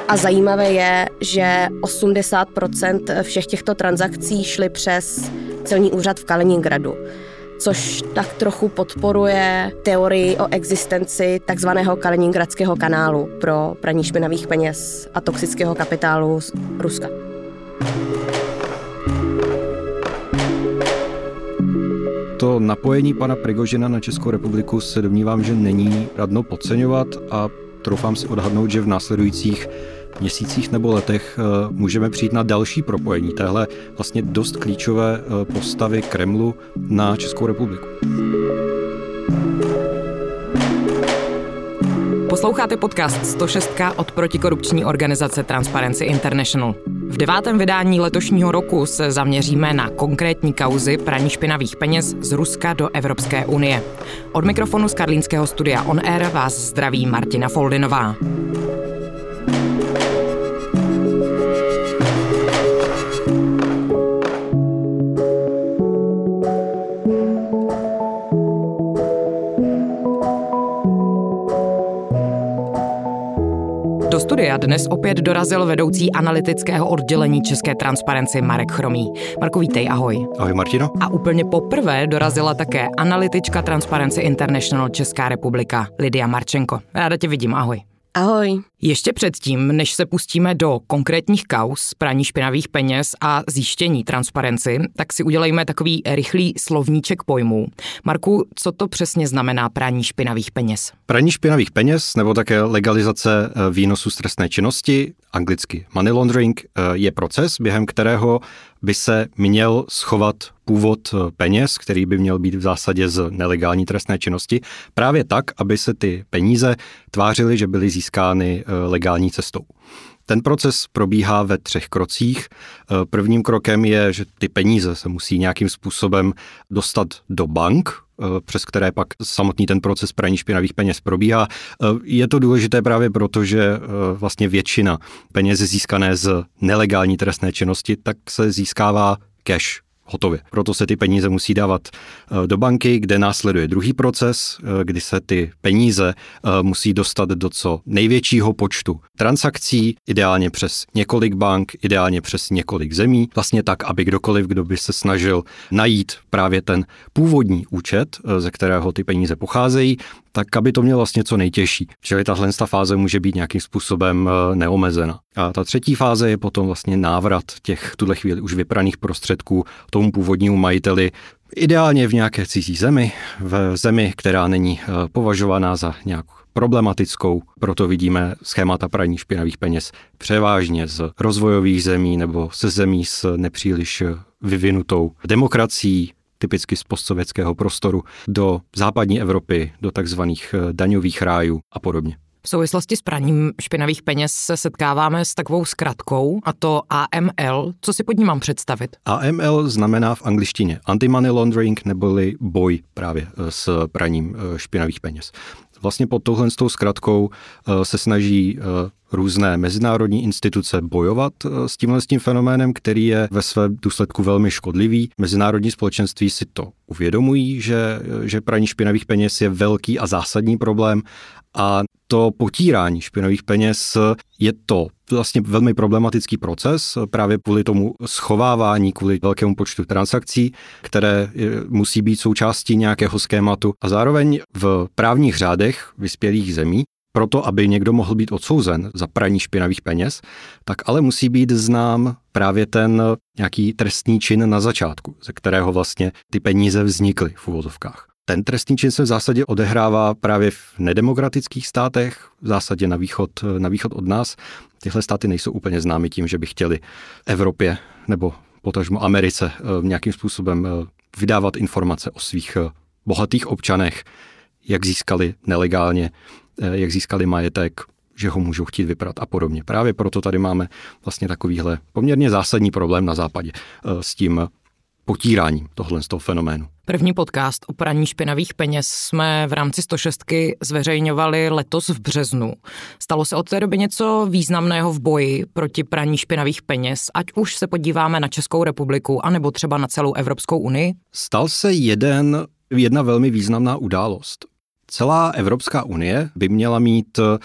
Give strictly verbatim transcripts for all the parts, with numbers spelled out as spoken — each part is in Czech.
A zajímavé je, že osmdesát procent všech těchto transakcí šly přes celní úřad v Kaliningradu, což tak trochu podporuje teorii o existenci takzvaného Kaliningradského kanálu pro praní špinavých peněz a toxického kapitálu z Ruska. To napojení pana Prigožina na Českou republiku se domnívám, že není radno podceňovat a troufám si odhadnout, že v následujících měsících nebo letech můžeme přijít na další propojení téhle vlastně dost klíčové postavy Kremlu na Českou republiku. Posloucháte podcast sto šest od protikorupční organizace Transparency International. V devátém vydání letošního roku se zaměříme na konkrétní kauzy praní špinavých peněz z Ruska do Evropské unie. Od mikrofonu z karlínského studia On Air vás zdraví Martina Foldinová. Do studia dnes opět dorazil vedoucí analytického oddělení České Transparency Marek Chromý. Marku, vítej, ahoj. Ahoj, Martino. A úplně poprvé dorazila také analytička Transparency International Česká republika Lidia Marčenko. Ráda tě vidím, ahoj. Ahoj. Ještě předtím, než se pustíme do konkrétních kauz praní špinavých peněz a zjištění transparenci, tak si udělejme takový rychlý slovníček pojmů. Marku, co to přesně znamená praní špinavých peněz? Praní špinavých peněz nebo také legalizace výnosu z trestné činnosti, anglicky money laundering, je proces, během kterého by se měl schovat původ peněz, který by měl být v zásadě z nelegální trestné činnosti, právě tak, aby se ty peníze tvářily, že byly získány legální cestou. Ten proces probíhá ve třech krocích. Prvním krokem je, že ty peníze se musí nějakým způsobem dostat do bank, přes které pak samotný ten proces praní špinavých peněz probíhá. Je to důležité právě proto, že vlastně většina peněz získané z nelegální trestné činnosti, tak se získává cash. Hotově. Proto se ty peníze musí dávat do banky, kde následuje druhý proces, kdy se ty peníze musí dostat do co největšího počtu transakcí, ideálně přes několik bank, ideálně přes několik zemí, vlastně tak, aby kdokoliv, kdo by se snažil najít právě ten původní účet, ze kterého ty peníze pocházejí, tak aby to mělo vlastně co nejtěžší. Čili tahle fáze může být nějakým způsobem neomezena. A ta třetí fáze je potom vlastně návrat těch v tuhle chvíli už vypraných prostředků tomu původnímu majiteli, ideálně v nějaké cizí zemi, v zemi, která není považovaná za nějak problematickou, proto vidíme schémata praní špinavých peněz převážně z rozvojových zemí nebo se zemí s nepříliš vyvinutou demokracií, typicky z postsovětského prostoru, do západní Evropy, do takzvaných daňových rájů a podobně. V souvislosti s praním špinavých peněz se setkáváme s takovou zkratkou, a to A M L. Co si pod ní mám představit? A M L znamená v angličtině anti-money laundering neboli boj právě s praním špinavých peněz. Vlastně pod touhle zkratkou se snaží různé mezinárodní instituce bojovat s tímhle s tím fenoménem, který je ve svém důsledku velmi škodlivý. Mezinárodní společenství si to uvědomují, že, že praní špinavých peněz je velký a zásadní problém a to potírání špinavých peněz je to vlastně velmi problematický proces právě kvůli tomu schovávání, kvůli velkému počtu transakcí, které musí být součástí nějakého schématu a zároveň v právních řádech vyspělých zemí, proto aby někdo mohl být odsouzen za praní špinavých peněz, tak ale musí být znám právě ten nějaký trestný čin na začátku, ze kterého vlastně ty peníze vznikly v uvozovkách. Ten trestný čin se v zásadě odehrává právě v nedemokratických státech, v zásadě na východ, na východ od nás. Tyhle státy nejsou úplně známy tím, že by chtěli Evropě nebo potažmo Americe nějakým způsobem vydávat informace o svých bohatých občanech, jak získali nelegálně, jak získali majetek, že ho můžou chtít vyprat a podobně. Právě proto tady máme vlastně takovýhle poměrně zásadní problém na západě s tím potíráním tohle z toho fenoménu. První podcast o praní špinavých peněz jsme v rámci sto šest zveřejňovali letos v březnu. Stalo se od té doby něco významného v boji proti praní špinavých peněz, ať už se podíváme na Českou republiku, anebo třeba na celou Evropskou unii? Stal se jeden, jedna velmi významná událost. Celá Evropská unie by měla mít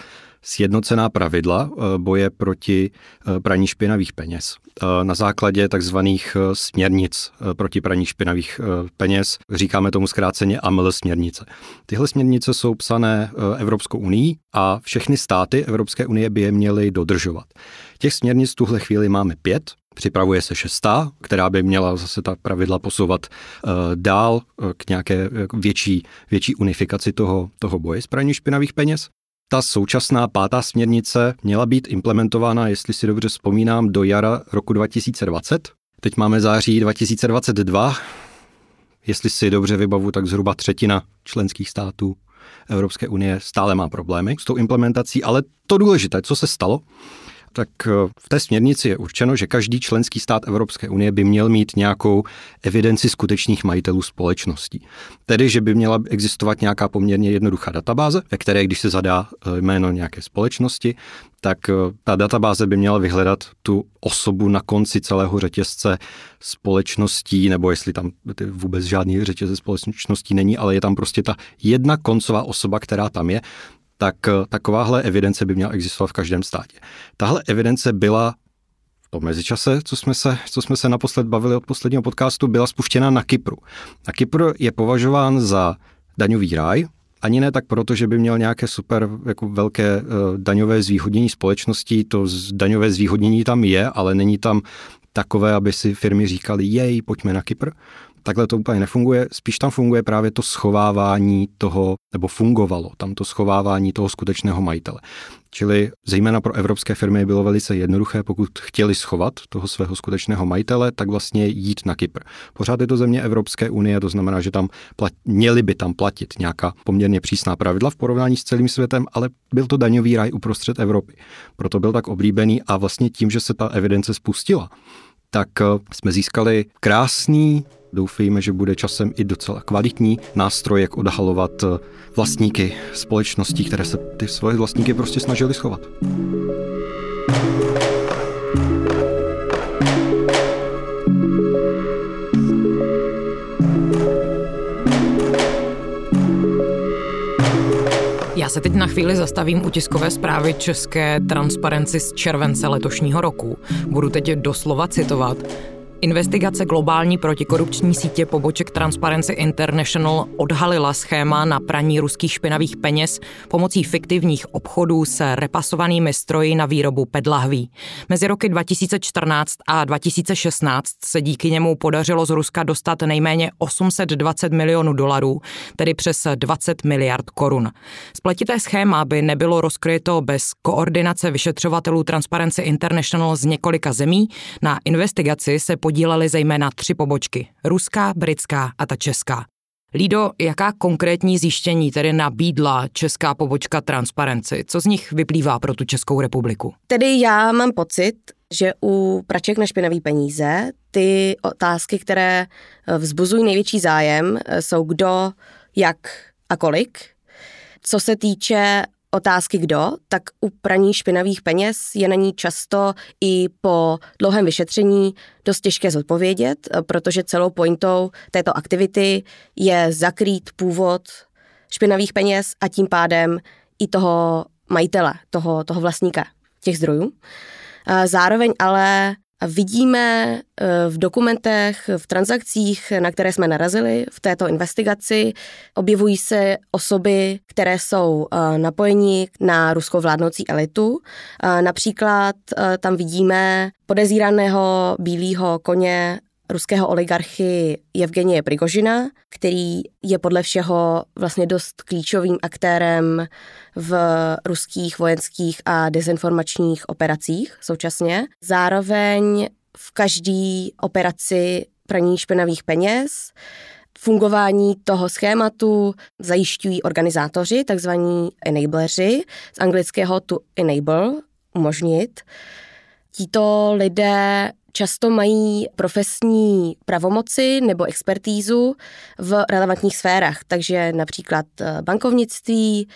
sjednocená pravidla boje proti praní špinavých peněz. Na základě takzvaných směrnic proti praní špinavých peněz, říkáme tomu zkráceně A M L směrnice. Tyhle směrnice jsou psané Evropskou unii a všechny státy Evropské unie by je měly dodržovat. Těch směrnic v tuhle chvíli máme pět. Připravuje se šestá, která by měla zase ta pravidla posouvat uh, dál uh, k nějaké větší, větší unifikaci toho, toho boje s praní špinavých peněz. Ta současná pátá směrnice měla být implementována, jestli si dobře vzpomínám, do jara roku dva tisíce dvacet. Teď máme září dva tisíce dvacet dva. Jestli si dobře vybavu, tak zhruba třetina členských států Evropské unie stále má problémy s tou implementací, ale to důležité, co se stalo, tak v té směrnici je určeno, že každý členský stát Evropské unie by měl mít nějakou evidenci skutečných majitelů společností. Tedy, že by měla existovat nějaká poměrně jednoduchá databáze, ve které, když se zadá jméno nějaké společnosti, tak ta databáze by měla vyhledat tu osobu na konci celého řetězce společností, nebo jestli tam vůbec žádný řetězec společností není, ale je tam prostě ta jedna koncová osoba, která tam je, tak takováhle evidence by měla existovat v každém státě. Tahle evidence byla v tom mezičase, co jsme se, co jsme se naposled bavili od posledního podcastu, byla spuštěna na Kypru. A Kypr je považován za daňový ráj, ani ne tak proto, že by měl nějaké super jako velké uh, daňové zvýhodnění společností, to daňové zvýhodnění tam je, ale není tam takové, aby si firmy říkali, jej, pojďme na Kypr. Takhle to úplně nefunguje, spíš tam funguje právě to schovávání toho, nebo fungovalo tam to schovávání toho skutečného majitele. Čili zejména pro evropské firmy bylo velice jednoduché, pokud chtěli schovat toho svého skutečného majitele, tak vlastně jít na Kypr. Pořád je to země Evropské unie, to znamená, že tam plat, měli by tam platit nějaká poměrně přísná pravidla v porovnání s celým světem, ale byl to daňový ráj uprostřed Evropy. Proto byl tak oblíbený a vlastně tím, že se ta evidence spustila, tak jsme získali krásný, doufejme, že bude časem i docela kvalitní nástroj, jak odhalovat vlastníky společností, které se ty svoje vlastníky prostě snažili schovat. Já se teď na chvíli zastavím u tiskové zprávy České Transparency z července letošního roku. Budu teď doslova citovat. Investigace globální protikorupční sítě poboček Transparency International odhalila schéma na praní ruských špinavých peněz pomocí fiktivních obchodů s repasovanými stroji na výrobu P E T lahví. Mezi roky dva tisíce čtrnáct a dva tisíce šestnáct se díky němu podařilo z Ruska dostat nejméně osm set dvacet milionů dolarů, tedy přes dvacet miliard korun. Spletité schéma by nebylo rozkryto bez koordinace vyšetřovatelů Transparency International z několika zemí. Na investigaci se podílely zejména tři pobočky, ruská, britská a ta česká. Lído, jaká konkrétní zjištění tedy nabídla česká pobočka Transparency? Co z nich vyplývá pro tu Českou republiku? Tedy já mám pocit, že u praček na špinavý peníze ty otázky, které vzbuzují největší zájem, jsou kdo, jak a kolik. Co se týče otázky kdo, tak u praní špinavých peněz je na ní často i po dlouhém vyšetření dost těžké zodpovědět, protože celou pointou této aktivity je zakrýt původ špinavých peněz a tím pádem i toho majitele, toho, toho vlastníka těch zdrojů. Zároveň ale vidíme v dokumentech, v transakcích, na které jsme narazili v této investigaci, objevují se osoby, které jsou napojeni na ruskou vládnoucí elitu. Například tam vidíme podezíraného bílého koně ruského oligarchy Jevgenije Prigožina, který je podle všeho vlastně dost klíčovým aktérem v ruských vojenských a dezinformačních operacích současně. Zároveň v každé operaci praní špinavých peněz fungování toho schématu zajišťují organizátoři, takzvaní enableri, z anglického to enable, umožnit. Tito lidé často mají profesní pravomoci nebo expertízu v relevantních sférách, takže například bankovnictví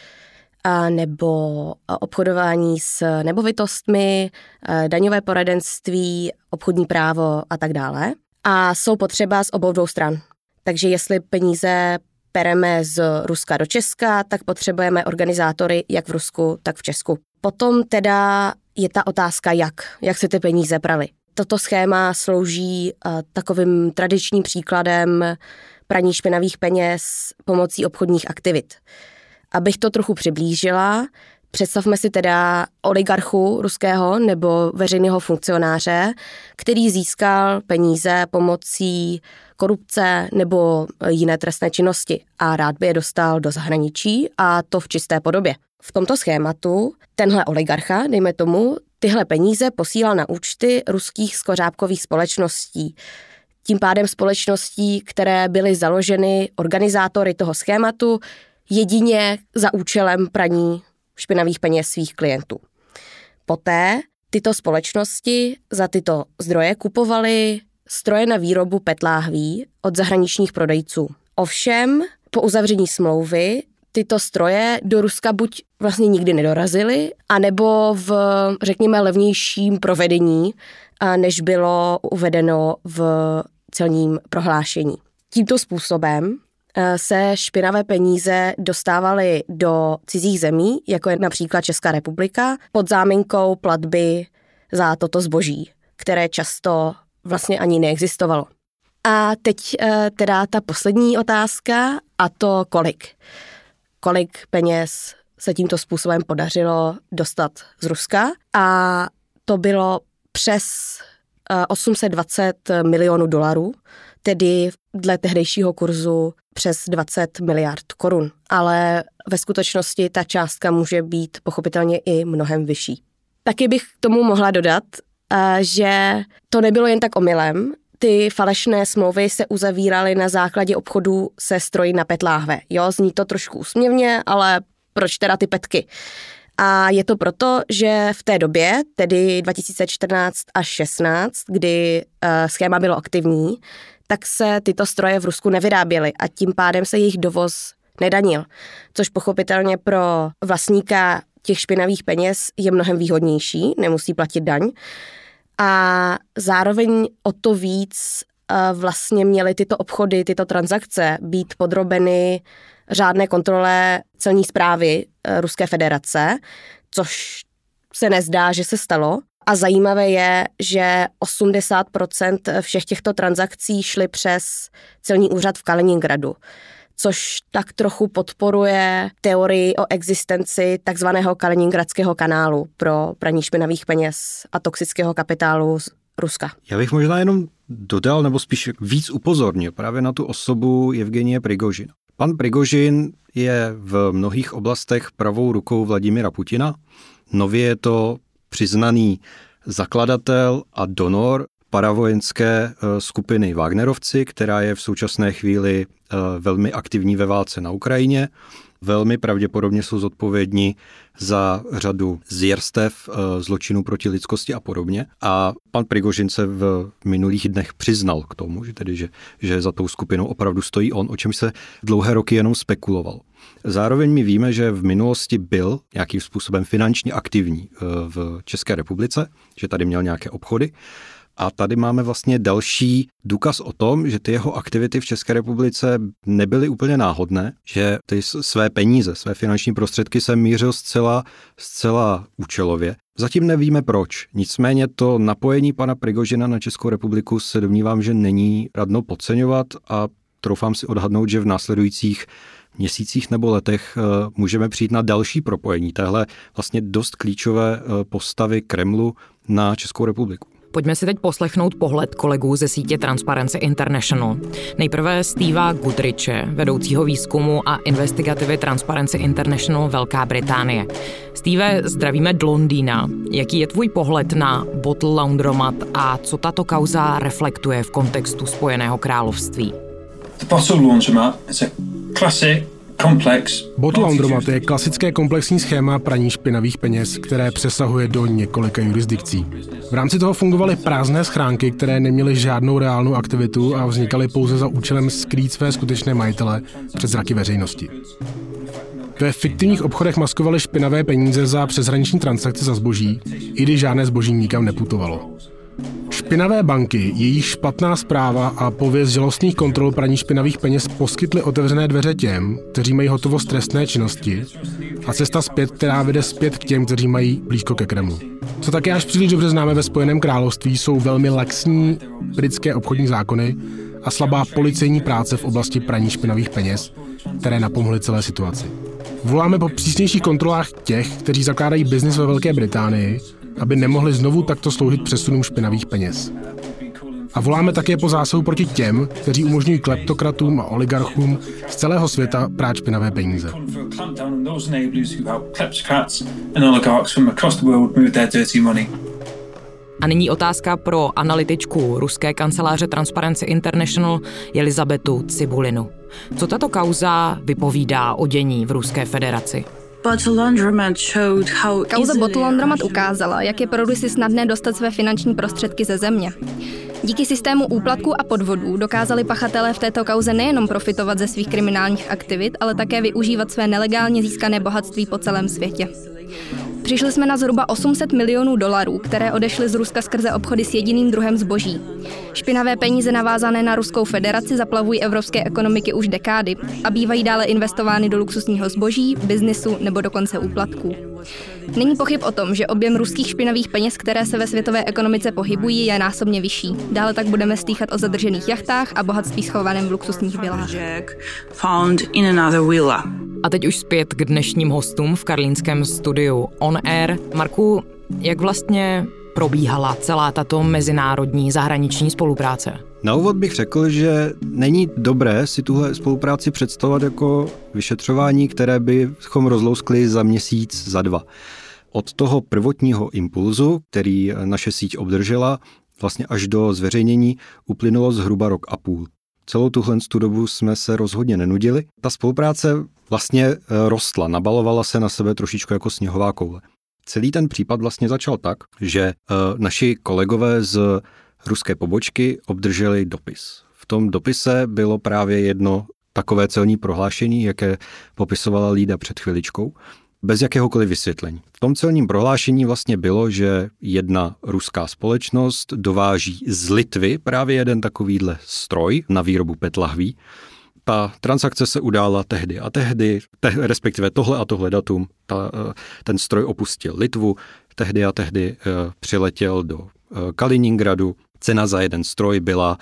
nebo obchodování s nemovitostmi, daňové poradenství, obchodní právo a tak dále. A jsou potřeba z obou dvou stran. Takže jestli peníze pereme z Ruska do Česka, tak potřebujeme organizátory jak v Rusku, tak v Česku. Potom teda je ta otázka, jak, jak se ty peníze praly. Toto schéma slouží uh, takovým tradičním příkladem praní špinavých peněz pomocí obchodních aktivit. Abych to trochu přiblížila, představme si teda oligarchu ruského nebo veřejného funkcionáře, který získal peníze pomocí korupce nebo jiné trestné činnosti a rád by je dostal do zahraničí a to v čisté podobě. V tomto schématu tenhle oligarcha, dejme tomu, tyhle peníze posílal na účty ruských skořápkových společností. Tím pádem společností, které byly založeny organizátory toho schématu jedině za účelem praní špinavých peněz svých klientů. Poté tyto společnosti za tyto zdroje kupovaly stroje na výrobu PET láhví od zahraničních prodejců. Ovšem, po uzavření smlouvy tyto stroje do Ruska buď vlastně nikdy nedorazily, anebo v, řekněme, levnějším provedení, než bylo uvedeno v celním prohlášení. Tímto způsobem se špinavé peníze dostávaly do cizích zemí, jako je například Česká republika, pod záminkou platby za toto zboží, které často vlastně ani neexistovalo. A teď teda ta poslední otázka, a to kolik. Kolik peněz se tímto způsobem podařilo dostat z Ruska, a to bylo přes osm set dvacet milionů dolarů, tedy dle tehdejšího kurzu přes dvacet miliard korun. Ale ve skutečnosti ta částka může být pochopitelně i mnohem vyšší. Taky bych k tomu mohla dodat, že to nebylo jen tak omylem. Ty falešné smlouvy se uzavíraly na základě obchodu se stroji na PET láhve. Jo, zní to trošku úsměvně, ale proč teda ty petky? A je to proto, že v té době, tedy dva tisíce čtrnáct až šestnáct, kdy uh, schéma bylo aktivní, tak se tyto stroje v Rusku nevyráběly a tím pádem se jejich dovoz nedanil, což pochopitelně pro vlastníka těch špinavých peněz je mnohem výhodnější, nemusí platit daň. A zároveň o to víc uh, vlastně měly tyto obchody, tyto transakce být podrobeny řádné kontrole celní správy uh, Ruské federace, což se nezdá, že se stalo. A zajímavé je, že osmdesát procent všech těchto transakcí šly přes celní úřad v Kaliningradu, což tak trochu podporuje teorii o existenci takzvaného Kaliningradského kanálu pro praní špinavých peněz a toxického kapitálu z Ruska. Já bych možná jenom dodal, nebo spíš víc upozornil právě na tu osobu Jevgenije Prigožina. Pan Prigožin je v mnohých oblastech pravou rukou Vladimira Putina. Nově je to přiznaný zakladatel a donor paravojenské skupiny Wagnerovci, která je v současné chvíli velmi aktivní ve válce na Ukrajině. Velmi pravděpodobně jsou zodpovědní za řadu zvěrstev, zločinů proti lidskosti a podobně. A pan Prigožin se v minulých dnech přiznal k tomu, že, tedy, že, že za tou skupinou opravdu stojí on, o čem se dlouhé roky jenom spekuloval. Zároveň my víme, že v minulosti byl nějakým způsobem finančně aktivní v České republice, že tady měl nějaké obchody. A tady máme vlastně další důkaz o tom, že ty jeho aktivity v České republice nebyly úplně náhodné, že ty své peníze, své finanční prostředky se mířil zcela, zcela účelově. Zatím nevíme proč. Nicméně to napojení pana Prigožina na Českou republiku se domnívám, že není radno podceňovat a troufám si odhadnout, že v následujících měsících nebo letech můžeme přijít na další propojení téhle vlastně dost klíčové postavy Kremlu na Českou republiku. Pojďme si teď poslechnout pohled kolegů ze sítě Transparency International. Nejprve Steva Goodriche, vedoucího výzkumu a investigativy Transparency International Velká Británie. Steve, zdravíme do Londýna. Jaký je tvůj pohled na Bottle Laundromat a co tato kauza reflektuje v kontextu Spojeného království? The Bottle Laundromat is a classic Bottle Laundromat je klasické komplexní schéma praní špinavých peněz, které přesahuje do několika jurisdikcí. V rámci toho fungovaly prázdné schránky, které neměly žádnou reálnou aktivitu a vznikaly pouze za účelem skrýt své skutečné majitele před zraky veřejnosti. Ve fiktivních obchodech maskovaly špinavé peníze za přeshraniční transakce za zboží, i když žádné zboží nikam neputovalo. Špinavé banky, jejich špatná správa a pověst žalostných kontrol praní špinavých peněz poskytly otevřené dveře těm, kteří mají hotovost trestné činnosti a cesta zpět, která vede zpět k těm, kteří mají blízko ke Kremlu. Co také až příliš dobře známe ve Spojeném království, jsou velmi laxní britské obchodní zákony a slabá policejní práce v oblasti praní špinavých peněz, které napomohly celé situaci. Voláme po přísnějších kontrolách těch, kteří zakládají biznis ve Velké Británii, aby nemohli znovu takto sloužit přesunům špinavých peněz. A voláme také po zásahu proti těm, kteří umožňují kleptokratům a oligarchům z celého světa prát špinavé peníze. A nyní otázka pro analytičku ruské kanceláře Transparency International Jelizabetu Cibulinu. Co tato kauza vypovídá o dění v Ruské federaci? Kauza Bottle Laundromat ukázala, jak je pro Rusy snadné dostat své finanční prostředky ze země. Díky systému úplatků a podvodů dokázali pachatelé v této kauze nejenom profitovat ze svých kriminálních aktivit, ale také využívat své nelegálně získané bohatství po celém světě. Přišli jsme na zhruba osm set milionů dolarů, které odešly z Ruska skrze obchody s jediným druhem zboží. Špinavé peníze navázané na Ruskou federaci zaplavují evropské ekonomiky už dekády a bývají dále investovány do luxusního zboží, biznisu nebo dokonce úplatků. Není pochyb o tom, že objem ruských špinavých peněz, které se ve světové ekonomice pohybují, je násobně vyšší. Dále tak budeme slýchat o zadržených jachtách a bohatství schovaném v luxusních vilách. A teď už zpět k dnešním hostům v karlínském studiu On Air. Marku, jak vlastně probíhala celá tato mezinárodní zahraniční spolupráce? Na úvod bych řekl, že není dobré si tuhle spolupráci představovat jako vyšetřování, které bychom rozlouskli za měsíc, za dva. Od toho prvotního impulzu, který naše síť obdržela, vlastně až do zveřejnění uplynulo zhruba rok a půl. Celou tuhle dobu jsme se rozhodně nenudili. Ta spolupráce vlastně rostla, nabalovala se na sebe trošičku jako sněhová koule. Celý ten případ vlastně začal tak, že naši kolegové z ruské pobočky obdrželi dopis. V tom dopise bylo právě jedno takové celní prohlášení, jaké popisovala Lída před chviličkou, bez jakéhokoliv vysvětlení. V tom celním prohlášení vlastně bylo, že jedna ruská společnost dováží z Litvy právě jeden takovýhle stroj na výrobu pet lahví. Ta transakce se udála tehdy a tehdy, te, respektive tohle a tohle datum, ta, ten stroj opustil Litvu, tehdy a tehdy uh, přiletěl do uh, Kaliningradu. Cena za jeden stroj byla,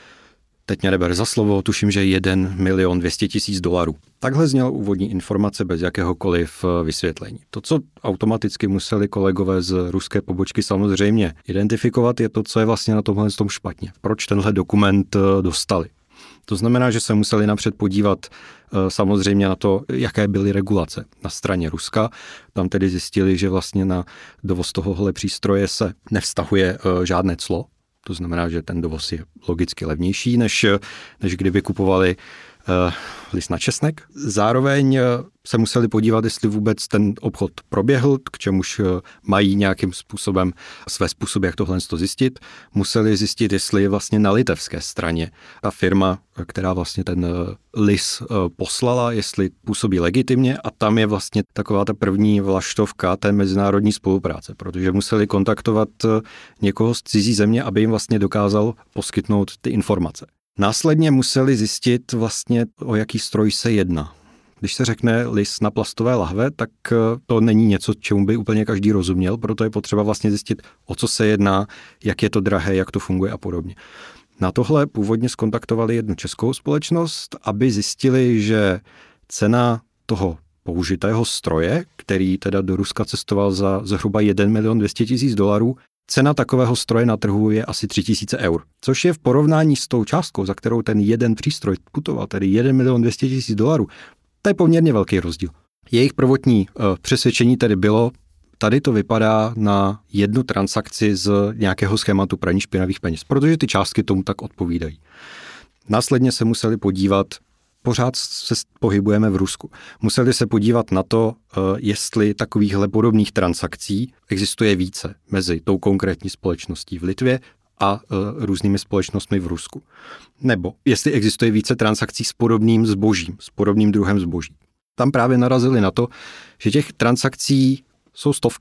teď mě neber za slovo, tuším, že jeden milion dvě stě tisíc dolarů. Takhle zněla úvodní informace bez jakéhokoliv vysvětlení. To, co automaticky museli kolegové z ruské pobočky samozřejmě identifikovat, je to, co je vlastně na tomhle tom špatně. Proč tenhle dokument dostali? To znamená, že se museli napřed podívat samozřejmě na to, jaké byly regulace na straně Ruska. Tam tedy zjistili, že vlastně na dovoz tohohle přístroje se nevztahuje žádné clo. To znamená, že ten dovoz je logicky levnější, než, než kdyby kupovali uh, list na česnek. Zároveň uh, se museli podívat, jestli vůbec ten obchod proběhl, k čemuž uh, mají nějakým způsobem své způsoby, jak tohle zjistit. Museli zjistit, jestli je vlastně na litevské straně ta firma, která vlastně ten uh, lis uh, poslala, jestli působí legitimně, a tam je vlastně taková ta první vlaštovka té mezinárodní spolupráce, protože museli kontaktovat uh, někoho z cizí země, aby jim vlastně dokázal poskytnout ty informace. Následně museli zjistit vlastně, o jaký stroj se jedná. Když se řekne lis na plastové lahve, tak to není něco, čemu by úplně každý rozuměl, proto je potřeba vlastně zjistit, o co se jedná, jak je to drahé, jak to funguje a podobně. Na tohle původně skontaktovali jednu českou společnost, aby zjistili, že cena toho použitého stroje, který teda do Ruska cestoval za zhruba jeden milion dvě stě tisíc dolarů, cena takového stroje na trhu je asi tři tisíce eur, což je v porovnání s tou částkou, za kterou ten jeden přístroj putoval, tedy jeden milion dvě stě tisíc dolarů, to je poměrně velký rozdíl. Jejich prvotní uh, přesvědčení tedy bylo, tady to vypadá na jednu transakci z nějakého schématu praní špinavých peněz, protože ty částky tomu tak odpovídají. Následně se museli podívat, pořád se pohybujeme v Rusku, museli se podívat na to, jestli takovýchhle podobných transakcí existuje více mezi tou konkrétní společností v Litvě a různými společnostmi v Rusku. Nebo jestli existuje více transakcí s podobným zbožím, s podobným druhem zboží. Tam právě narazili na to, že těch transakcí jsou stovky.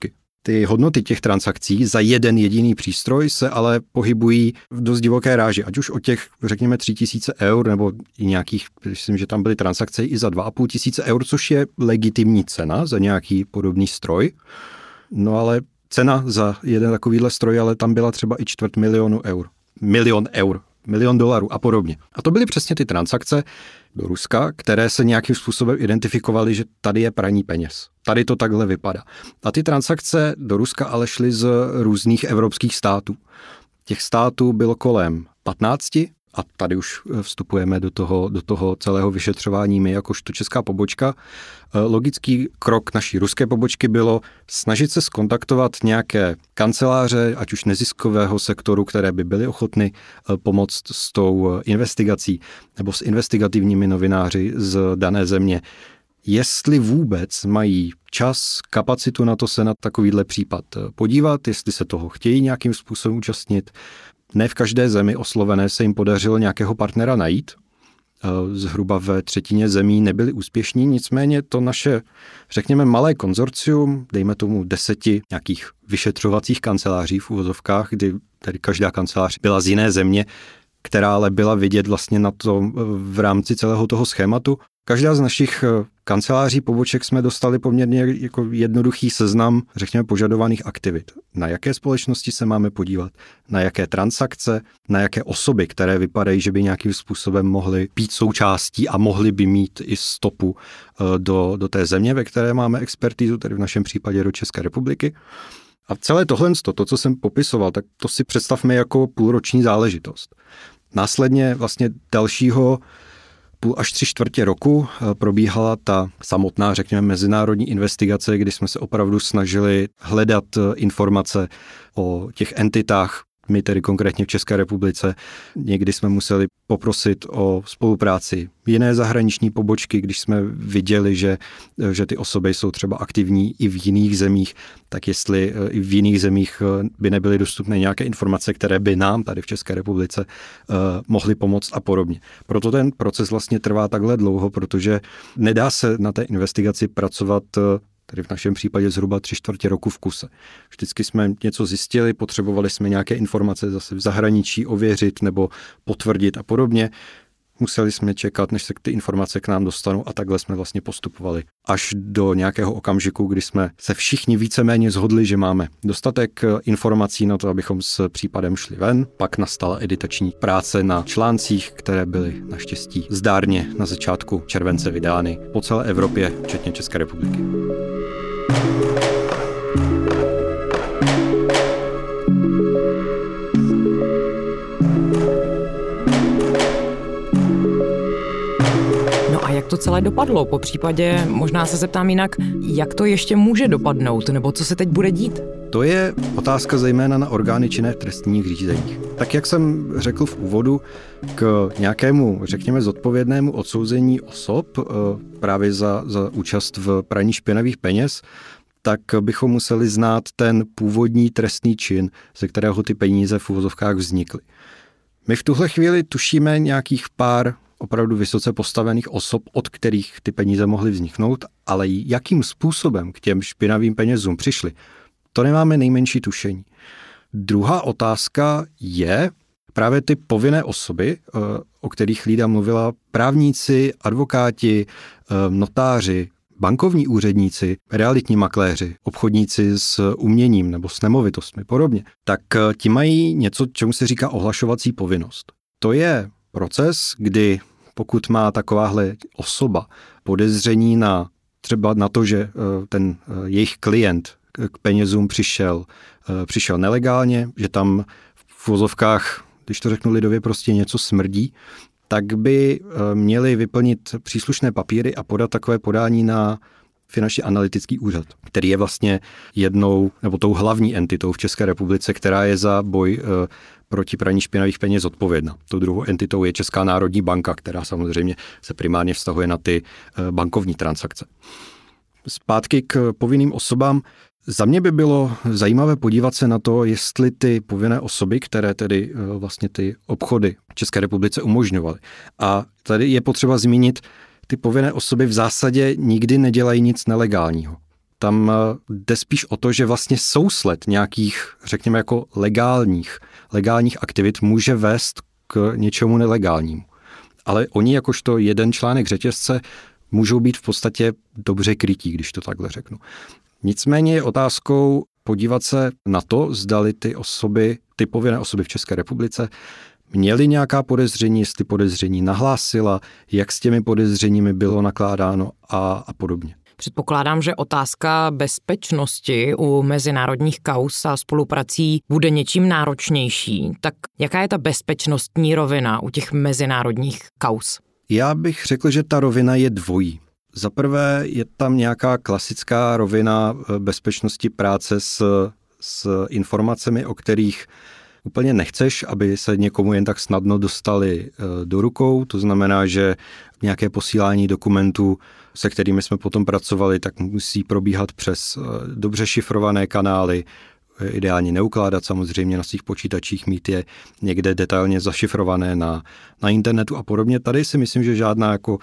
Ty hodnoty těch transakcí za jeden jediný přístroj se ale pohybují v dost divoké ráži, ať už o těch, řekněme, tři tisíce eur, nebo i nějakých, myslím, že tam byly transakce i za dva a půl tisíce eur, což je legitimní cena za nějaký podobný stroj. No ale cena za jeden takovýhle stroj, ale tam byla třeba i čtvrt milionu eur. Milion eur. Milion dolarů a podobně. A to byly přesně ty transakce do Ruska, které se nějakým způsobem identifikovaly, že tady je praní peněz. Tady to takhle vypadá. A ty transakce do Ruska ale šly z různých evropských států. Těch států bylo kolem patnácti a tady už vstupujeme do toho, do toho celého vyšetřování my jakožto česká pobočka. Logický krok naší ruské pobočky bylo snažit se skontaktovat nějaké kanceláře, ať už neziskového sektoru, které by byly ochotny pomoct s tou investigací nebo s investigativními novináři z dané země. Jestli vůbec mají čas, kapacitu na to se na takovýhle případ podívat, jestli se toho chtějí nějakým způsobem účastnit. Ne v každé zemi oslovené se jim podařilo nějakého partnera najít. Zhruba ve třetině zemí nebyli úspěšní, nicméně to naše, řekněme, malé konzorcium, dejme tomu deseti nějakých vyšetřovacích kanceláří v uvozovkách, kdy tady každá kancelář byla z jiné země, která ale byla vidět vlastně na to v rámci celého toho schématu. Každá z našich kanceláří poboček jsme dostali poměrně jako jednoduchý seznam, řekněme, požadovaných aktivit. Na jaké společnosti se máme podívat, na jaké transakce, na jaké osoby, které vypadají, že by nějakým způsobem mohly být součástí a mohly by mít i stopu do, do té země, ve které máme expertízu, tedy v našem případě do České republiky. A celé tohle, to, co jsem popisoval, tak to si představme jako půlroční záležitost. Následně vlastně dalšího půl až tři čtvrtě roku probíhala ta samotná, řekněme, mezinárodní investigace, kdy jsme se opravdu snažili hledat informace o těch entitách, my tedy konkrétně v České republice. Někdy jsme museli poprosit o spolupráci jiné zahraniční pobočky, když jsme viděli, že, že ty osoby jsou třeba aktivní i v jiných zemích, tak jestli i v jiných zemích by nebyly dostupné nějaké informace, které by nám tady v České republice uh, mohly pomoct a podobně. Proto ten proces vlastně trvá takhle dlouho, protože nedá se na té investigaci pracovat tedy v našem případě zhruba tři čtvrtě roku v kuse. Vždycky jsme něco zjistili, potřebovali jsme nějaké informace zase v zahraničí ověřit nebo potvrdit a podobně. Museli jsme čekat, než se ty informace k nám dostanou a takhle jsme vlastně postupovali až do nějakého okamžiku, kdy jsme se všichni víceméně shodli, že máme dostatek informací na to, abychom s případem šli ven. Pak nastala editační práce na článcích, které byly naštěstí zdárně na začátku července vydány po celé Evropě, včetně České republiky. Jak to celé dopadlo? Po případě možná se zeptám jinak, jak to ještě může dopadnout, nebo co se teď bude dít? To je otázka zejména na orgány činné v trestních řízeních. Tak jak jsem řekl v úvodu, k nějakému, řekněme, zodpovědnému odsouzení osob právě za, za účast v praní špinavých peněz, tak bychom museli znát ten původní trestný čin, ze kterého ty peníze v uvozovkách vznikly. My v tuhle chvíli tušíme nějakých pár opravdu vysoce postavených osob, od kterých ty peníze mohly vzniknout, ale jakým způsobem k těm špinavým penězům přišli, to nemáme nejmenší tušení. Druhá otázka je právě ty povinné osoby, o kterých Lída mluvila, právníci, advokáti, notáři, bankovní úředníci, realitní makléři, obchodníci s uměním nebo s nemovitostmi podobně, tak ti mají něco, čemu se říká ohlašovací povinnost. To je proces, kdy pokud má takováhle osoba podezření na třeba na to, že ten jejich klient k penězům přišel, přišel nelegálně, že tam v uvozovkách, když to řeknu lidově, prostě něco smrdí, tak by měli vyplnit příslušné papíry a podat takové podání na Finanční analytický úřad, který je vlastně jednou nebo tou hlavní entitou v České republice, která je za boj e, proti praní špinavých peněz zodpovědná. Tou druhou entitou je Česká národní banka, která samozřejmě se primárně vztahuje na ty e, bankovní transakce. Zpátky k povinným osobám. Za mě by bylo zajímavé podívat se na to, jestli ty povinné osoby, které tedy e, vlastně ty obchody v České republice umožňovaly. A tady je potřeba zmínit, ty povinné osoby v zásadě nikdy nedělají nic nelegálního. Tam jde spíš o to, že vlastně sousled nějakých, řekněme jako legálních, legálních aktivit může vést k něčemu nelegálnímu. Ale oni jakožto jeden článek řetězce můžou být v podstatě dobře krytí, když to takhle řeknu. Nicméně je otázkou podívat se na to, zdali ty osoby, ty povinné osoby v České republice měly nějaká podezření, jestli podezření nahlásila, jak s těmi podezřeními bylo nakládáno a, a podobně. Předpokládám, že otázka bezpečnosti u mezinárodních kauz a spoluprací bude něčím náročnější. Tak jaká je ta bezpečnostní rovina u těch mezinárodních kauz? Já bych řekl, že ta rovina je dvojí. Za prvé je tam nějaká klasická rovina bezpečnosti práce s, s informacemi, o kterých úplně nechceš, aby se někomu jen tak snadno dostali do rukou. To znamená, že nějaké posílání dokumentů, se kterými jsme potom pracovali, tak musí probíhat přes dobře šifrované kanály, ideálně neukládat samozřejmě na svých počítačích, mít je někde detailně zašifrované na, na internetu a podobně. Tady si myslím, že žádná jako uh,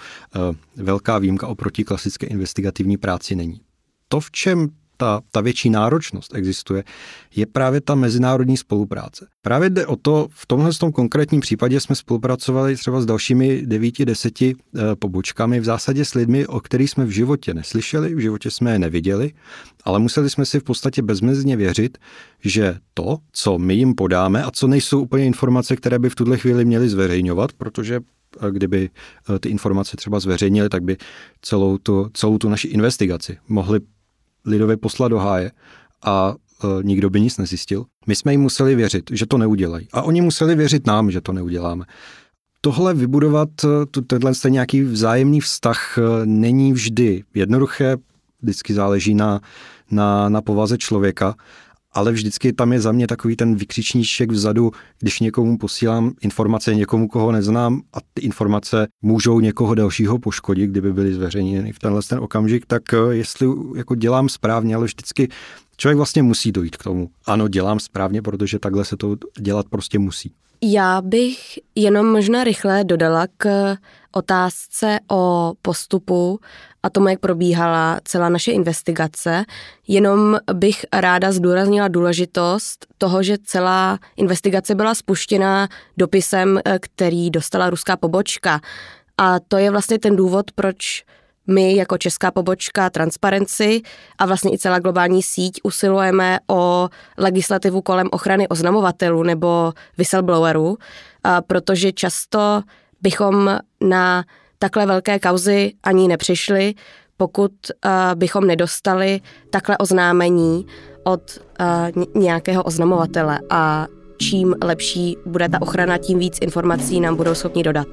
velká výjimka oproti klasické investigativní práci není. To, v čem ta, ta větší náročnost existuje, je právě ta mezinárodní spolupráce. Právě jde o to, v tomhle tom konkrétním případě jsme spolupracovali třeba s dalšími devíti, deseti e, pobočkami, v zásadě s lidmi, o kterých jsme v životě neslyšeli, v životě jsme je neviděli, ale museli jsme si v podstatě bezmezně věřit, že to, co my jim podáme a co nejsou úplně informace, které by v tuhle chvíli měli zveřejňovat, protože kdyby ty informace třeba zveřejnili, tak by celou tu, celou tu naši investigaci mohli lidově poslat do háje a e, nikdo by nic nezjistil. My jsme jim museli věřit, že to neudělají. A oni museli věřit nám, že to neuděláme. Tohle vybudovat, tenhle nějaký vzájemný vztah není vždy jednoduché, vždycky záleží na, na, na povaze člověka, ale vždycky tam je za mě takový ten vykřičníček vzadu, když někomu posílám informace někomu, koho neznám a ty informace můžou někoho dalšího poškodit, kdyby byly zveřejněny v tenhle ten okamžik, tak jestli jako dělám správně, ale vždycky člověk vlastně musí dojít k tomu. Ano, dělám správně, protože takhle se to dělat prostě musí. Já bych jenom možná rychle dodala k otázce o postupu a tomu, jak probíhala celá naše investigace. Jenom bych ráda zdůraznila důležitost toho, že celá investigace byla spuštěna dopisem, který dostala ruská pobočka. A to je vlastně ten důvod, proč my jako česká pobočka Transparency a vlastně i celá globální síť usilujeme o legislativu kolem ochrany oznamovatelů nebo whistleblowerů, protože často bychom na takhle velké kauzy ani nepřišli, pokud bychom nedostali takhle oznámení od nějakého oznamovatele. A čím lepší bude ta ochrana, tím víc informací nám budou schopni dodat.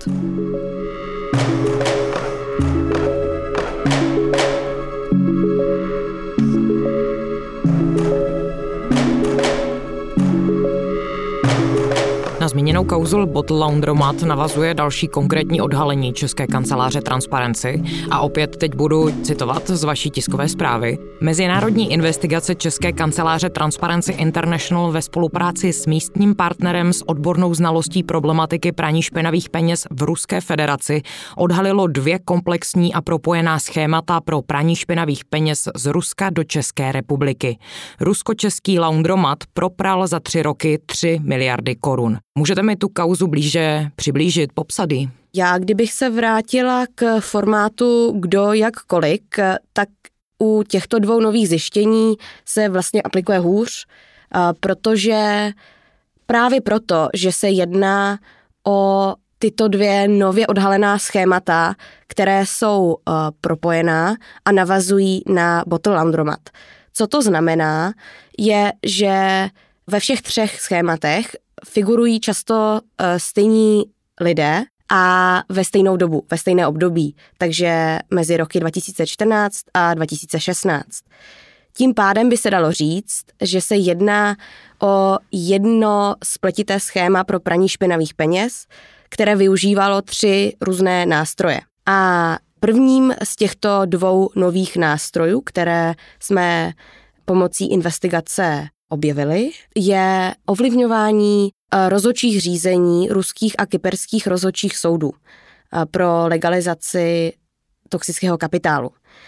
Na zmíněnou kauzu Bottle Laundromat navazuje další konkrétní odhalení České kanceláře Transparency a opět teď budu citovat z vaší tiskové zprávy. Mezinárodní investigace České kanceláře Transparency International ve spolupráci s místním partnerem s odbornou znalostí problematiky praní špinavých peněz v Ruské federaci odhalilo dvě komplexní a propojená schémata pro praní špinavých peněz z Ruska do České republiky. Rusko-český laundromat propral za tři roky tři miliardy korun. Můžete mi tu kauzu blíže přiblížit, popsat ji? Já, kdybych se vrátila k formátu kdo, jak, kolik, tak u těchto dvou nových zjištění se vlastně aplikuje hůř, protože právě proto, že se jedná o tyto dvě nově odhalená schémata, které jsou propojená a navazují na Bottle Laundromat. Co to znamená, je, že ve všech třech schématech figurují často uh, stejní lidé a ve stejnou dobu, ve stejné období, takže mezi roky dva tisíce čtrnáct a dva tisíce šestnáct. Tím pádem by se dalo říct, že se jedná o jedno spletité schéma pro praní špinavých peněz, které využívalo tři různé nástroje. A prvním z těchto dvou nových nástrojů, které jsme pomocí investigace objevili, je ovlivňování rozhodčích řízení ruských a kyperských rozhodčích soudů pro legalizaci toxického kapitálu.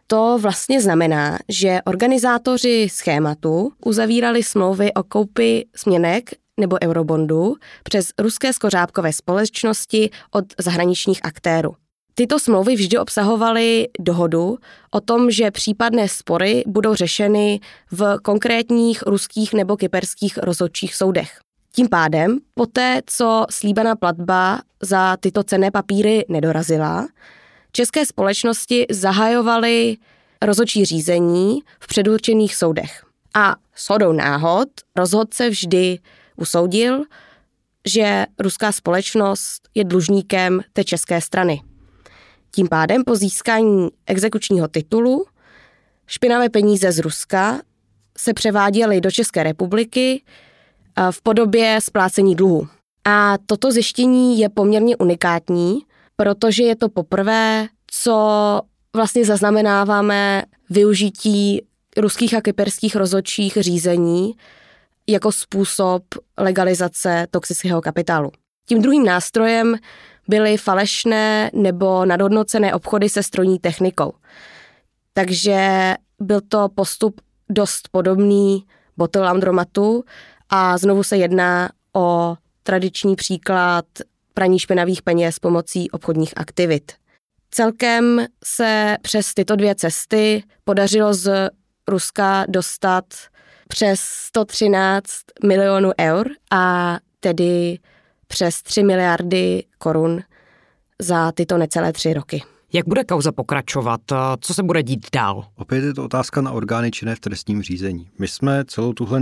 To vlastně znamená, že organizátoři schématu uzavírali smlouvy o koupi směnek nebo eurobondů přes ruské skořápkové společnosti od zahraničních aktérů. Tyto smlouvy vždy obsahovaly dohodu o tom, že případné spory budou řešeny v konkrétních ruských nebo kyperských rozhodčích soudech. Tím pádem, poté, co slíbená platba za tyto cenné papíry nedorazila, české společnosti zahajovaly rozhodčí řízení v předurčených soudech. A shodou náhod rozhodce vždy usoudil, že ruská společnost je dlužníkem té české strany. Tím pádem po získání exekučního titulu špinavé peníze z Ruska se převáděly do České republiky v podobě splácení dluhu. A toto zjištění je poměrně unikátní, protože je to poprvé, co vlastně zaznamenáváme využití ruských a kyperských rozhodčích řízení jako způsob legalizace toxického kapitálu. Tím druhým nástrojem byly falešné nebo nadhodnocené obchody se strojní technikou. Takže byl to postup dost podobný bottle laundromatu a znovu se jedná o tradiční příklad praní špinavých peněz pomocí obchodních aktivit. Celkem se přes tyto dvě cesty podařilo z Ruska dostat přes sto třináct milionů eur a tedy přes tři miliardy korun za tyto necelé tři roky. Jak bude kauza pokračovat? Co se bude dít dál? Opět je to otázka na orgány činné v trestním řízení. My jsme celou tuhle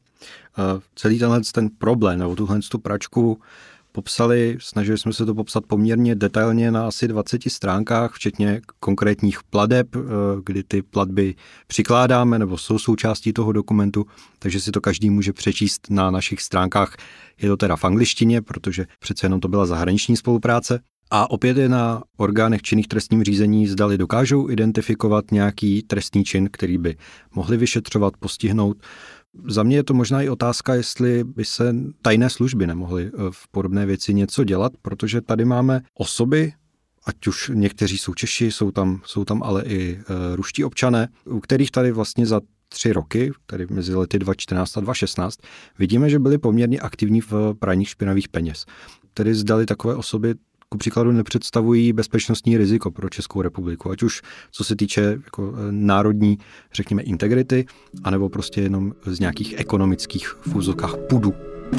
celý tenhle ten problém nebo tuhle pračku popsali, snažili jsme se to popsat poměrně detailně na asi dvaceti stránkách, včetně konkrétních plateb, kdy ty platby přikládáme nebo jsou součástí toho dokumentu, takže si to každý může přečíst na našich stránkách. Je to teda v angličtině, protože přece jenom to byla zahraniční spolupráce. A opět je na orgánech činných trestním řízení, zdali dokážou identifikovat nějaký trestný čin, který by mohli vyšetřovat, postihnout. Za mě je to možná i otázka, jestli by se tajné služby nemohly v podobné věci něco dělat, protože tady máme osoby, ať už někteří jsou Češi, jsou tam, jsou tam ale i e, ruští občané, u kterých tady vlastně za tři roky, tedy mezi lety dva tisíce čtrnáct a dva tisíce šestnáct, vidíme, že byli poměrně aktivní v praní špinavých peněz. Tedy zdali takové osoby ku příkladu nepředstavují bezpečnostní riziko pro Českou republiku, ať už co se týče jako národní, řekněme, integrity, anebo prostě jenom z nějakých ekonomických v úzovkách pudů.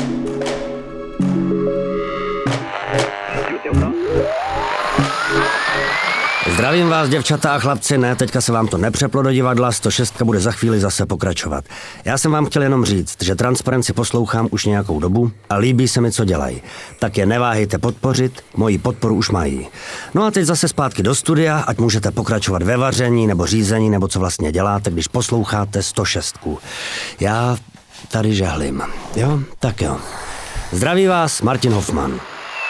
Zdravím vás, děvčata a chlapci, ne, teďka se vám to nepřeplo do divadla, sto šest bude za chvíli zase pokračovat. Já jsem vám chtěl jenom říct, že Transparency poslouchám už nějakou dobu a líbí se mi, co dělají. Tak je neváhejte podpořit, moji podporu už mají. No a teď zase zpátky do studia, ať můžete pokračovat ve vaření nebo řízení, nebo co vlastně děláte, když posloucháte sto šest. Já tady žehlím, jo? Tak jo. Zdraví vás, Martin Hoffman.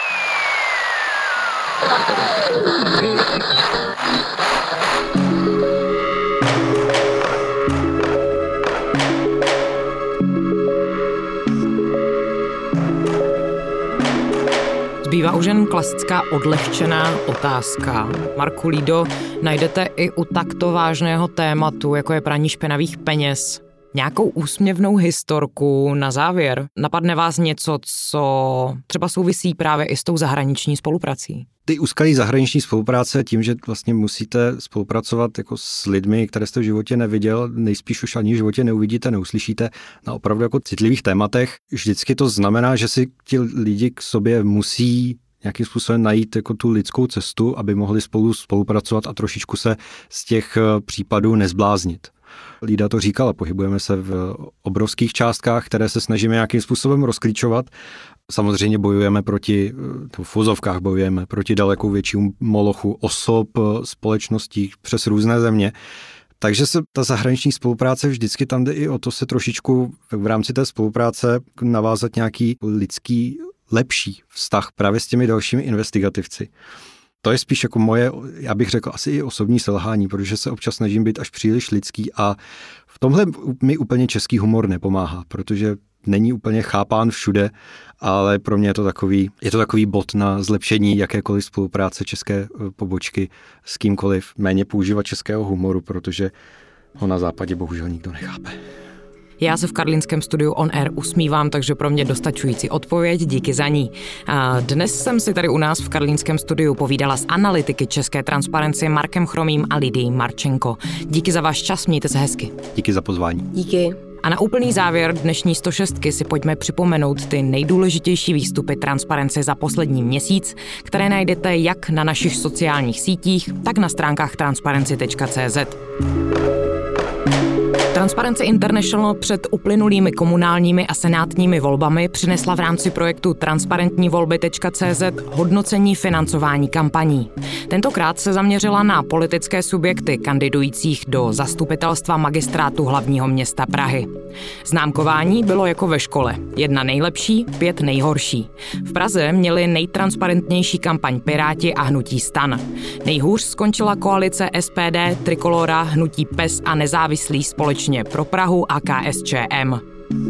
Zbývá už jen klasická odlehčená otázka. Marku Lído, najdete i u takto vážného tématu, jako je praní špinavých peněz, nějakou úsměvnou historku na závěr? Napadne vás něco, co třeba souvisí právě i s tou zahraniční spoluprací? Ty úskalí zahraniční spolupráce tím, že vlastně musíte spolupracovat jako s lidmi, které jste v životě neviděl, nejspíš už ani v životě neuvidíte, neuslyšíte, na opravdu jako citlivých tématech. Vždycky to znamená, že si ti lidi k sobě musí nějakým způsobem najít jako tu lidskou cestu, aby mohli spolu spolupracovat a trošičku se z těch případů nezbláznit. Lída to říkala, pohybujeme se v obrovských částkách, které se snažíme nějakým způsobem rozklíčovat. Samozřejmě bojujeme proti, v uvozovkách bojujeme proti daleko většímu molochu osob, společností přes různé země. Takže se ta zahraniční spolupráce vždycky tam jde i o to se trošičku v rámci té spolupráce navázat nějaký lidský lepší vztah právě s těmi dalšími investigativci. To je spíš jako moje, já bych řekl, asi i osobní selhání, protože se občas snažím být až příliš lidský a v tomhle mi úplně český humor nepomáhá, protože není úplně chápán všude, ale pro mě je to takový, je to takový bod na zlepšení jakékoliv spolupráce české pobočky s kýmkoliv, méně používat českého humoru, protože ho na západě bohužel nikdo nechápe. Já se v karlínském studiu On Air usmívám, takže pro mě dostačující odpověď, díky za ní. A dnes jsem si tady u nás v karlínském studiu povídala s analytiky České transparenci Markem Chromým a Lidií Marčenko. Díky za váš čas, mějte se hezky. Díky za pozvání. Díky. A na úplný závěr dnešní sto šest si pojďme připomenout ty nejdůležitější výstupy transparence za poslední měsíc, které najdete jak na našich sociálních sítích, tak na stránkách transparency tečka cé zet. Transparency International před uplynulými komunálními a senátními volbami přinesla v rámci projektu transparentní volby tečka cé zet hodnocení financování kampaní. Tentokrát se zaměřila na politické subjekty kandidujících do zastupitelstva magistrátu hlavního města Prahy. Známkování bylo jako ve škole. Jedna nejlepší, pět nejhorší. V Praze měli nejtransparentnější kampaň Piráti a hnutí STAN. Nejhůř skončila koalice S P D, Trikolora, hnutí P E S a nezávislý společně pro Prahu a K S Č M.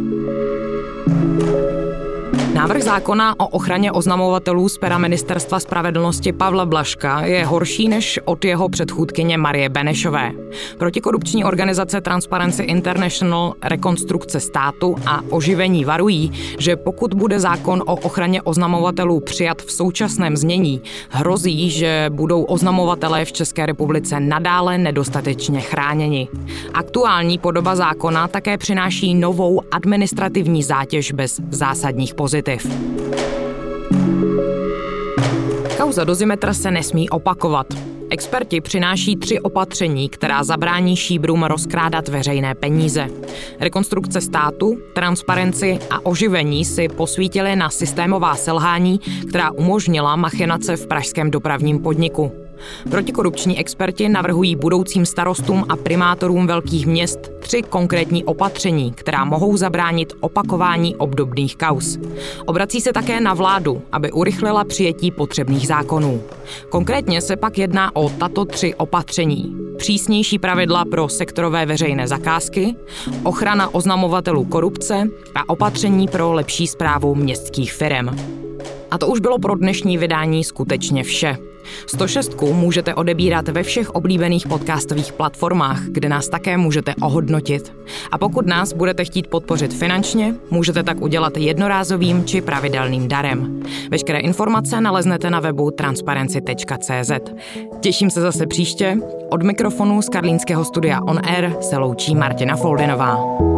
Návrh zákona o ochraně oznamovatelů z pera Ministerstva spravedlnosti Pavla Blažka je horší než od jeho předchůdkyně Marie Benešové. Protikorupční organizace Transparency International, Rekonstrukce státu a Oživení varují, že pokud bude zákon o ochraně oznamovatelů přijat v současném znění, hrozí, že budou oznamovatelé v České republice nadále nedostatečně chráněni. Aktuální podoba zákona také přináší novou administrativní zátěž bez zásadních pozitiv. Kauza Dozimetr se nesmí opakovat. Experti přináší tři opatření, která zabrání šíbrům rozkrádat veřejné peníze. Rekonstrukce státu, transparenci a oživení si posvítili na systémová selhání, která umožnila machinace v pražském dopravním podniku. Protikorupční experti navrhují budoucím starostům a primátorům velkých měst tři konkrétní opatření, která mohou zabránit opakování obdobných kauz. Obrací se také na vládu, aby urychlila přijetí potřebných zákonů. Konkrétně se pak jedná o tato tři opatření. Přísnější pravidla pro sektorové veřejné zakázky, ochrana oznamovatelů korupce a opatření pro lepší správu městských firem. A to už bylo pro dnešní vydání skutečně vše. sto šest můžete odebírat ve všech oblíbených podcastových platformách, kde nás také můžete ohodnotit. A pokud nás budete chtít podpořit finančně, můžete tak udělat jednorázovým či pravidelným darem. Veškeré informace naleznete na webu transparency tečka cé zet. Těším se zase příště. Od mikrofonu z karlínského studia On Air se loučí Martina Foldinová.